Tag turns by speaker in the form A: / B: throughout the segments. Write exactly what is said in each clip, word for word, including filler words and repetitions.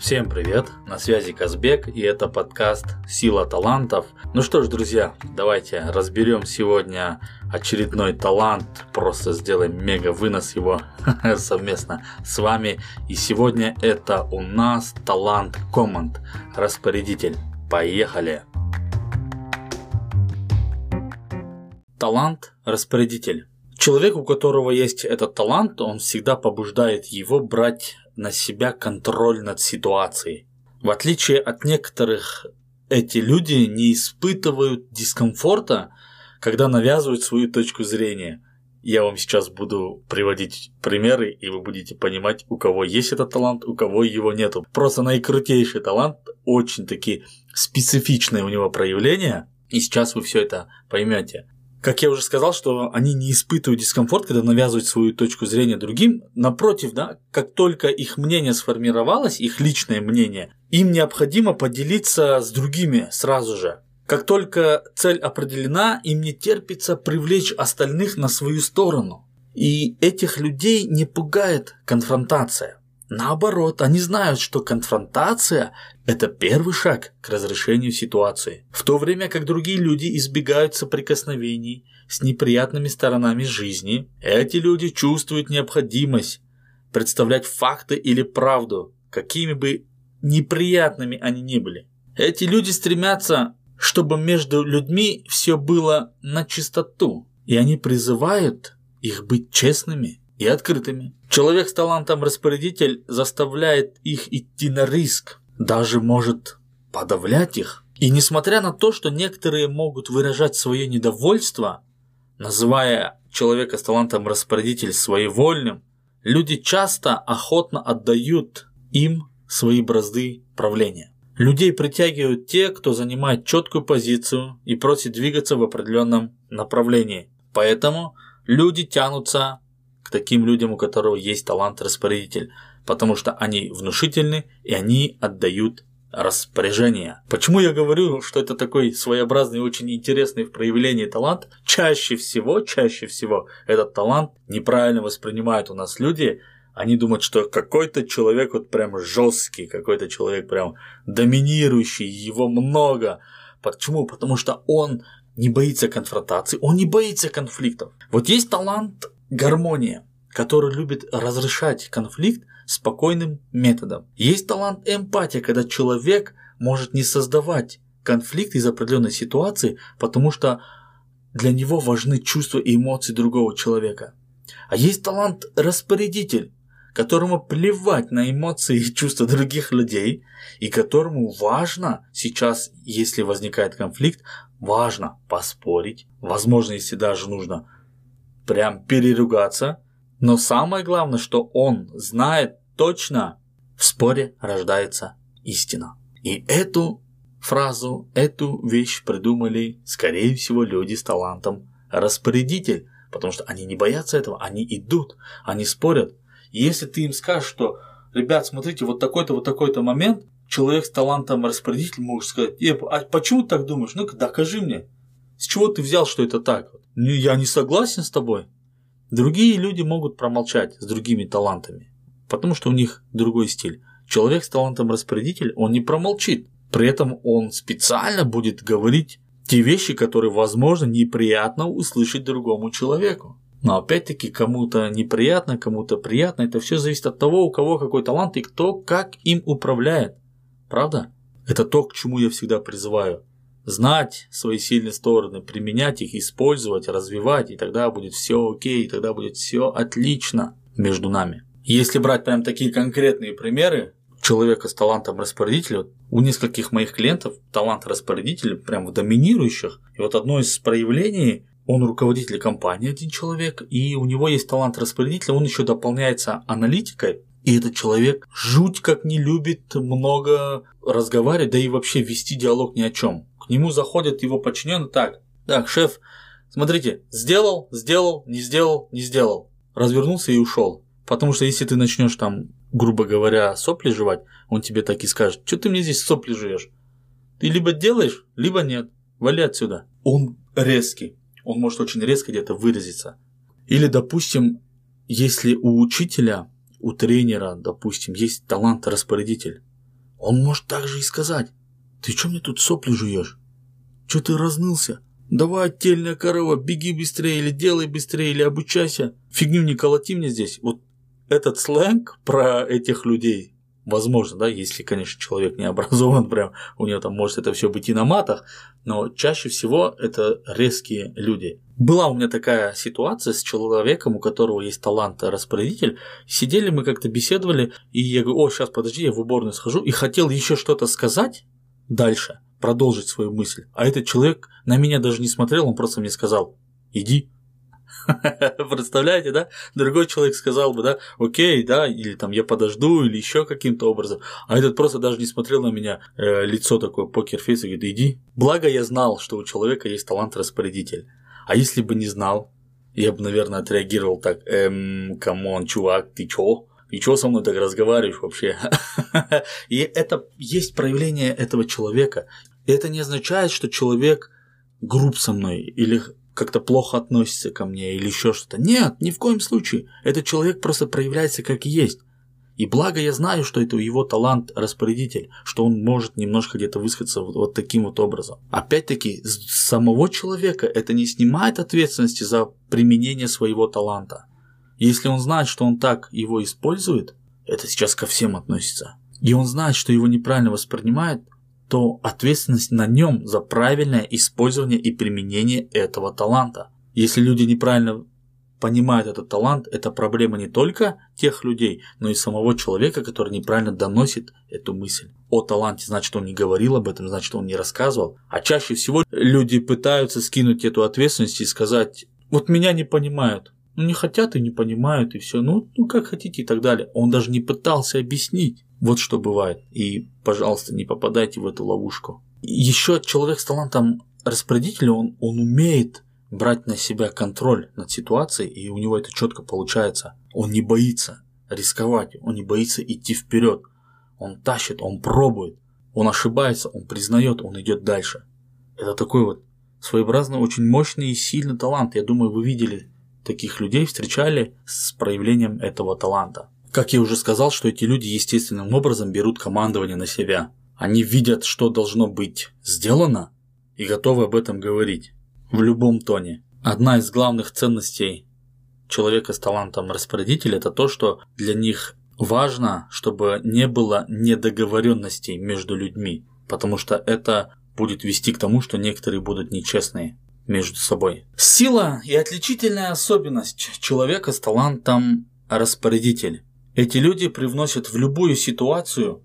A: Всем привет, на связи Казбек, и это подкаст «Сила талантов». Ну что ж, друзья, давайте разберем сегодня очередной талант, просто сделаем мега вынос его совместно с вами. И сегодня это у нас талант команд, распорядитель. Поехали! Талант распорядитель. Человек, у которого есть этот талант, он всегда побуждает его брать на себя контроль над ситуацией. В отличие от некоторых, эти люди не испытывают дискомфорта, когда навязывают свою точку зрения. Я вам сейчас буду приводить примеры, и вы будете понимать, у кого есть этот талант, у кого его нету. Просто наикрутейший талант, очень такие специфичные у него проявления, и сейчас вы все это поймете. Как я уже сказал, что они не испытывают дискомфорт, когда навязывают свою точку зрения другим. Напротив, да, как только их мнение сформировалось, их личное мнение, им необходимо поделиться с другими сразу же. Как только цель определена, им не терпится привлечь остальных на свою сторону. И этих людей не пугает конфронтация. Наоборот, они знают, что конфронтация – это первый шаг к разрешению ситуации. В то время как другие люди избегают соприкосновений с неприятными сторонами жизни, эти люди чувствуют необходимость представлять факты или правду, какими бы неприятными они ни были. Эти люди стремятся, чтобы между людьми все было на чистоту, и они призывают их быть честными и открытыми. Человек с талантом распорядитель заставляет их идти на риск, даже может подавлять их. И несмотря на то, что некоторые могут выражать свое недовольство, называя человека с талантом распорядитель своевольным, люди часто охотно отдают им свои бразды правления. Людей притягивают те, кто занимает четкую позицию и просит двигаться в определенном направлении. Поэтому люди тянутся к таким людям, у которых есть талант распорядитель, потому что они внушительны и они отдают распоряжения. Почему я говорю, что это такой своеобразный, очень интересный в проявлении талант? Чаще всего, чаще всего этот талант неправильно воспринимают у нас люди. Они думают, что какой-то человек вот прям жесткий, какой-то человек прям доминирующий, его много. Почему? Потому что он не боится конфронтации, он не боится конфликтов. Вот есть талант гармония, который любит разрешать конфликт спокойным методом. Есть талант эмпатия, когда человек может не создавать конфликт из определенной ситуации, потому что для него важны чувства и эмоции другого человека. А есть талант распорядитель, которому плевать на эмоции и чувства других людей, и которому важно сейчас, если возникает конфликт, важно поспорить, возможно, если даже нужно прям переругаться, но самое главное, что он знает точно, в споре рождается истина. И эту фразу, эту вещь придумали, скорее всего, люди с талантом распорядитель, потому что они не боятся этого, они идут, они спорят. И если ты им скажешь, что, ребят, смотрите, вот такой-то, вот такой-то момент, человек с талантом распорядитель может сказать: э, а почему ты так думаешь? Ну-ка, докажи мне. С чего ты взял, что это так? Я не согласен с тобой. Другие люди могут промолчать с другими талантами, потому что у них другой стиль. Человек с талантом распорядитель, он не промолчит. При этом он специально будет говорить те вещи, которые, возможно, неприятно услышать другому человеку. Но опять-таки, кому-то неприятно, кому-то приятно. Это все зависит от того, у кого какой талант и кто как им управляет. Правда? Это то, к чему я всегда призываю. Знать свои сильные стороны, применять их, использовать, развивать, и тогда будет все окей, и тогда будет все отлично между нами. Если брать прям такие конкретные примеры человека с талантом распорядителя, у нескольких моих клиентов талант распорядителя прям в доминирующих. И вот одно из проявлений, он руководитель компании, один человек, и у него есть талант распорядителя, он еще дополняется аналитикой. И этот человек жуть как не любит много разговаривать, да и вообще вести диалог ни о чем. К нему заходят его подчиненные: так, так, шеф, смотрите, сделал, сделал, не сделал, не сделал. Развернулся и ушел. Потому что если ты начнешь там, грубо говоря, сопли жевать, он тебе так и скажет: что ты мне здесь сопли жуешь? Ты либо делаешь, либо нет. Вали отсюда. Он резкий. Он может очень резко где-то выразиться. Или, допустим, если у учителя, у тренера, допустим, есть талант-распорядитель, Он может также и сказать: ты что мне тут сопли жуешь? Что ты разнылся? Давай, отдельная корова, беги быстрее, или делай быстрее, или обучайся. Фигню не колоти мне здесь. Вот этот сленг про этих людей, возможно, да, если, конечно, человек не образован, прям у него там может это все быть и на матах, но чаще всего это резкие люди. Была у меня такая ситуация с человеком, у которого есть талант-распорядитель. Сидели мы как-то беседовали, и я говорю: о, сейчас подожди, я в уборную схожу, и хотел еще что-то сказать дальше, продолжить свою мысль. А этот человек на меня даже не смотрел, он просто мне сказал: иди. Представляете, да? Другой человек сказал бы, да, окей, да, или там я подожду, или еще каким-то образом. А этот просто даже не смотрел на меня, э, лицо такое, покерфейс, и говорит: иди. Благо я знал, что у человека есть талант-распорядитель. А если бы не знал, я бы, наверное, отреагировал так: эм, камон, чувак, ты чё? И чё со мной так разговариваешь вообще? И это есть проявление этого человека. И это не означает, что человек груб со мной или как-то плохо относится ко мне или еще что-то. Нет, ни в коем случае. Этот человек просто проявляется как есть. И благо я знаю, что это его талант-распорядитель, что он может немножко где-то высказаться вот, вот таким вот образом. Опять-таки, с самого человека это не снимает ответственности за применение своего таланта. Если он знает, что он так его использует, это сейчас ко всем относится, и он знает, что его неправильно воспринимают, то ответственность на нем за правильное использование и применение этого таланта. Если люди неправильно понимают этот талант, это проблема не только тех людей, но и самого человека, который неправильно доносит эту мысль о таланте. Значит, он не говорил об этом, значит, он не рассказывал. А чаще всего люди пытаются скинуть эту ответственность и сказать: вот меня не понимают. Ну, не хотят и не понимают, и все. Ну, ну, как хотите и так далее. Он даже не пытался объяснить. Вот что бывает. И, пожалуйста, не попадайте в эту ловушку. Еще человек с талантом распорядителя, он, он умеет брать на себя контроль над ситуацией, и у него это четко получается. Он не боится рисковать, он не боится идти вперед. Он тащит, он пробует, он ошибается, он признает, он идет дальше. Это такой вот своеобразно очень мощный и сильный талант. Я думаю, вы видели таких людей, встречали с проявлением этого таланта. Как я уже сказал, что эти люди естественным образом берут командование на себя. Они видят, что должно быть сделано, и готовы об этом говорить в любом тоне. Одна из главных ценностей человека с талантом распорядителя – это то, что для них важно, чтобы не было недоговоренностей между людьми, потому что это будет вести к тому, что некоторые будут нечестные между собой. Сила и отличительная особенность человека с талантом распорядитель. Эти люди привносят в любую ситуацию,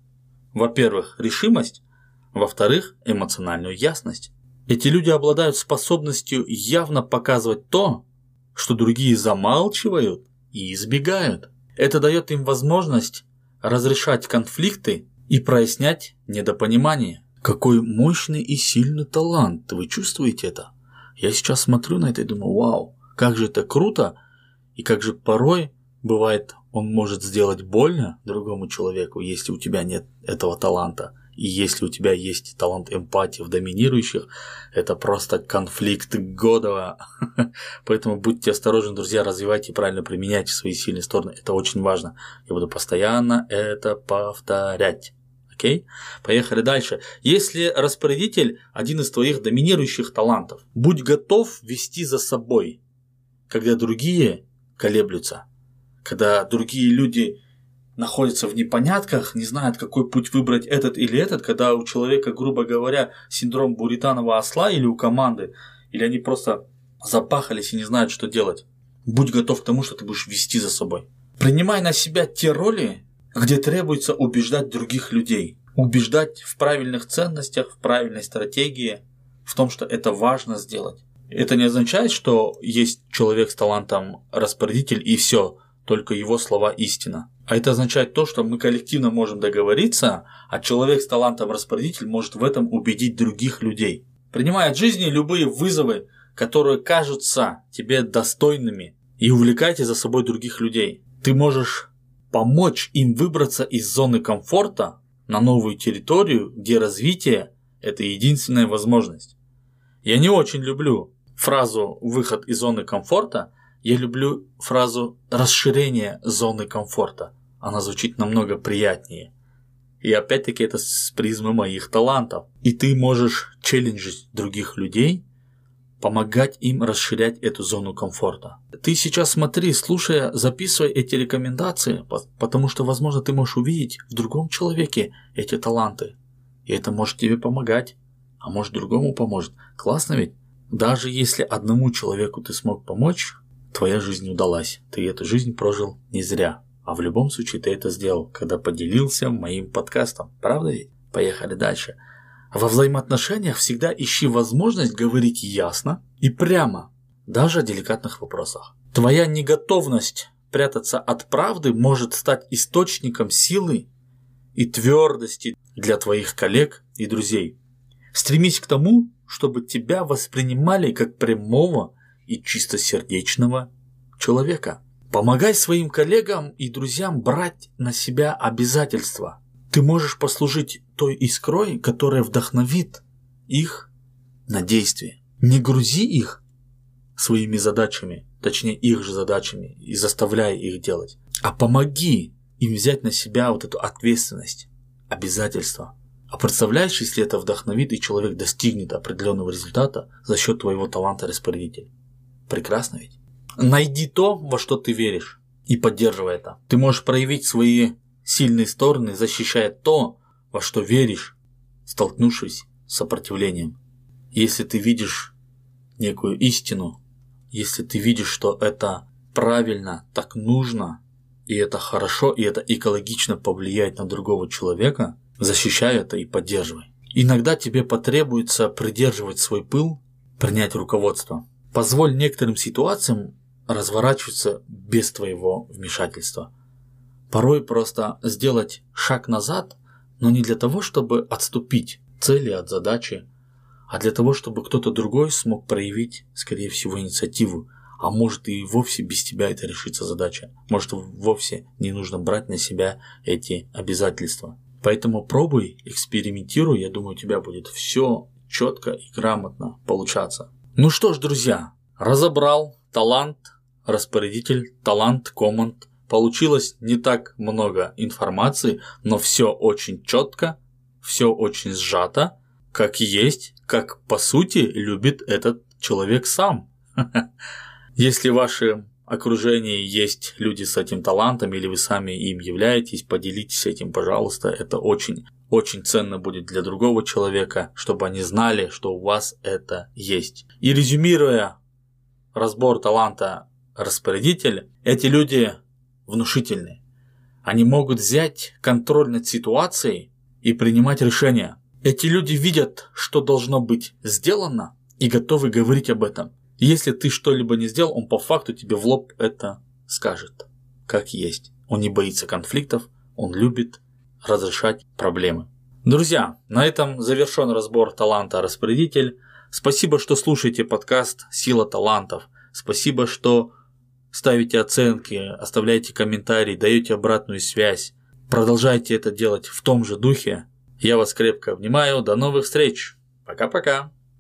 A: во-первых, решимость, во-вторых, эмоциональную ясность. Эти люди обладают способностью явно показывать то, что другие замалчивают и избегают. Это дает им возможность разрешать конфликты и прояснять недопонимание. Какой мощный и сильный талант, вы чувствуете это? Я сейчас смотрю на это и думаю: вау, как же это круто, и как же порой бывает, он может сделать больно другому человеку, если у тебя нет этого таланта. И если у тебя есть талант эмпатии в доминирующих, это просто конфликт года. Поэтому будьте осторожны, друзья, развивайте и правильно применяйте свои сильные стороны. Это очень важно. Я буду постоянно это повторять. Окей? Поехали дальше. Если распорядитель один из твоих доминирующих талантов, будь готов вести за собой, когда другие колеблются, когда другие люди находятся в непонятках, не знают, какой путь выбрать, этот или этот, когда у человека, грубо говоря, синдром буританова осла или у команды, или они просто запахались и не знают, что делать. Будь готов к тому, что ты будешь вести за собой. Принимай на себя те роли, где требуется убеждать других людей. Убеждать в правильных ценностях, в правильной стратегии, в том, что это важно сделать. Это не означает, что есть человек с талантом распорядитель и все, только его слова истина. А это означает то, что мы коллективно можем договориться, а человек с талантом распорядитель может в этом убедить других людей. Принимай от жизни любые вызовы, которые кажутся тебе достойными, и увлекайте за собой других людей. Ты можешь помочь им выбраться из зоны комфорта на новую территорию, где развитие – это единственная возможность. Я не очень люблю фразу «выход из зоны комфорта», я люблю фразу «расширение зоны комфорта». Она звучит намного приятнее. И опять-таки это с призмы моих талантов. И ты можешь челленджить других людей, помогать им расширять эту зону комфорта. Ты сейчас смотри, слушая, записывай эти рекомендации, потому что, возможно, ты можешь увидеть в другом человеке эти таланты. И это может тебе помогать, а может другому поможет. Классно ведь? Даже если одному человеку ты смог помочь, твоя жизнь удалась. Ты эту жизнь прожил не зря. А в любом случае ты это сделал, когда поделился моим подкастом. Правда ведь? Поехали дальше. Во взаимоотношениях всегда ищи возможность говорить ясно и прямо, даже о деликатных вопросах. Твоя неготовность прятаться от правды может стать источником силы и твердости для твоих коллег и друзей. Стремись к тому, чтобы тебя воспринимали как прямого и чистосердечного человека. Помогай своим коллегам и друзьям брать на себя обязательства. Ты можешь послужить той искрой, которая вдохновит их на действие. Не грузи их своими задачами, точнее их же задачами, и заставляй их делать, а помоги им взять на себя вот эту ответственность, обязательства. А представляешь, если это вдохновит, и человек достигнет определенного результата за счет твоего таланта распорядителя. Прекрасно ведь? Найди то, во что ты веришь, и поддерживай это. Ты можешь проявить свои сильные стороны, защищая то, во что веришь, столкнувшись с сопротивлением. Если ты видишь некую истину, если ты видишь, что это правильно, так нужно, и это хорошо, и это экологично повлияет на другого человека, защищай это и поддерживай. Иногда тебе потребуется придерживать свой пыл, принять руководство. Позволь некоторым ситуациям разворачиваться без твоего вмешательства. Порой просто сделать шаг назад, но не для того, чтобы отступить от цели, от задачи, а для того, чтобы кто-то другой смог проявить, скорее всего, инициативу. А может и вовсе без тебя это решится задача. Может вовсе не нужно брать на себя эти обязательства. Поэтому пробуй, экспериментируй, я думаю, у тебя будет все четко и грамотно получаться. Ну что ж, друзья, разобрал талант, распорядитель, талант, команд. Получилось не так много информации, но все очень четко, все очень сжато, как есть, как по сути любит этот человек сам. Если в вашем окружении есть люди с этим талантом, или вы сами им являетесь, поделитесь этим, пожалуйста. Это очень, очень ценно будет для другого человека, чтобы они знали, что у вас это есть. И резюмируя разбор таланта распорядителя, эти люди внушительные. Они могут взять контроль над ситуацией и принимать решения. Эти люди видят, что должно быть сделано, и готовы говорить об этом. Если ты что-либо не сделал, он по факту тебе в лоб это скажет, как есть. Он не боится конфликтов, он любит разрешать проблемы. Друзья, на этом завершен разбор таланта распорядитель. Спасибо, что слушаете подкаст «Сила талантов». Спасибо, что ставите оценки, оставляете комментарии, даете обратную связь. Продолжайте это делать в том же духе. Я вас крепко обнимаю. До новых встреч. Пока-пока.